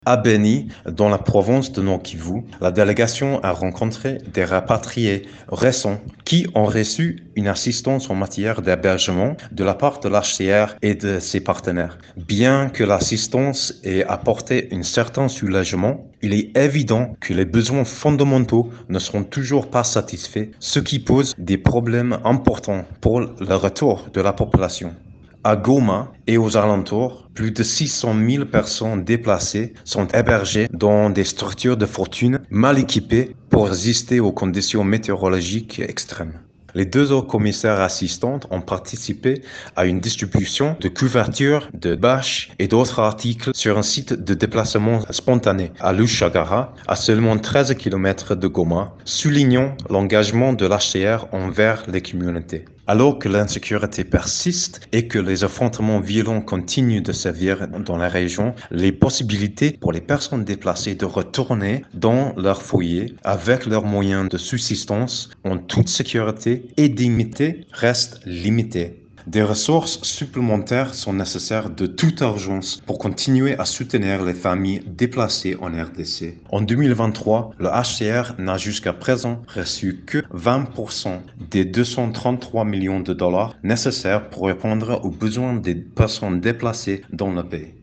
À Beni, dans la province de Nord-Kivu, la délégation a rencontré des rapatriés récents qui ont reçu une assistance en matière d'hébergement de la part de l'HCR et de ses partenaires. Bien que l'assistance ait apporté un certain soulagement, il est évident que les besoins fondamentaux ne seront toujours pas satisfaits, ce qui pose des problèmes importants pour le retour de la population. À Goma et aux alentours, plus de 600 000 personnes déplacées sont hébergées dans des structures de fortune mal équipées pour résister aux conditions météorologiques extrêmes. Les deux autres commissaires assistantes ont participé à une distribution de couvertures, de bâches et d'autres articles sur un site de déplacement spontané à Lushagara, à seulement 13 km de Goma, soulignant l'engagement de l'HCR envers les communautés. Alors que l'insécurité persiste et que les affrontements violents continuent de sévir dans la région, les possibilités pour les personnes déplacées de retourner dans leur foyer avec leurs moyens de subsistance en toute sécurité et dignité restent limitées. Des ressources supplémentaires sont nécessaires de toute urgence pour continuer à soutenir les familles déplacées en RDC. En 2023, le HCR n'a jusqu'à présent reçu que 20% des 233 millions de dollars nécessaires pour répondre aux besoins des personnes déplacées dans le pays.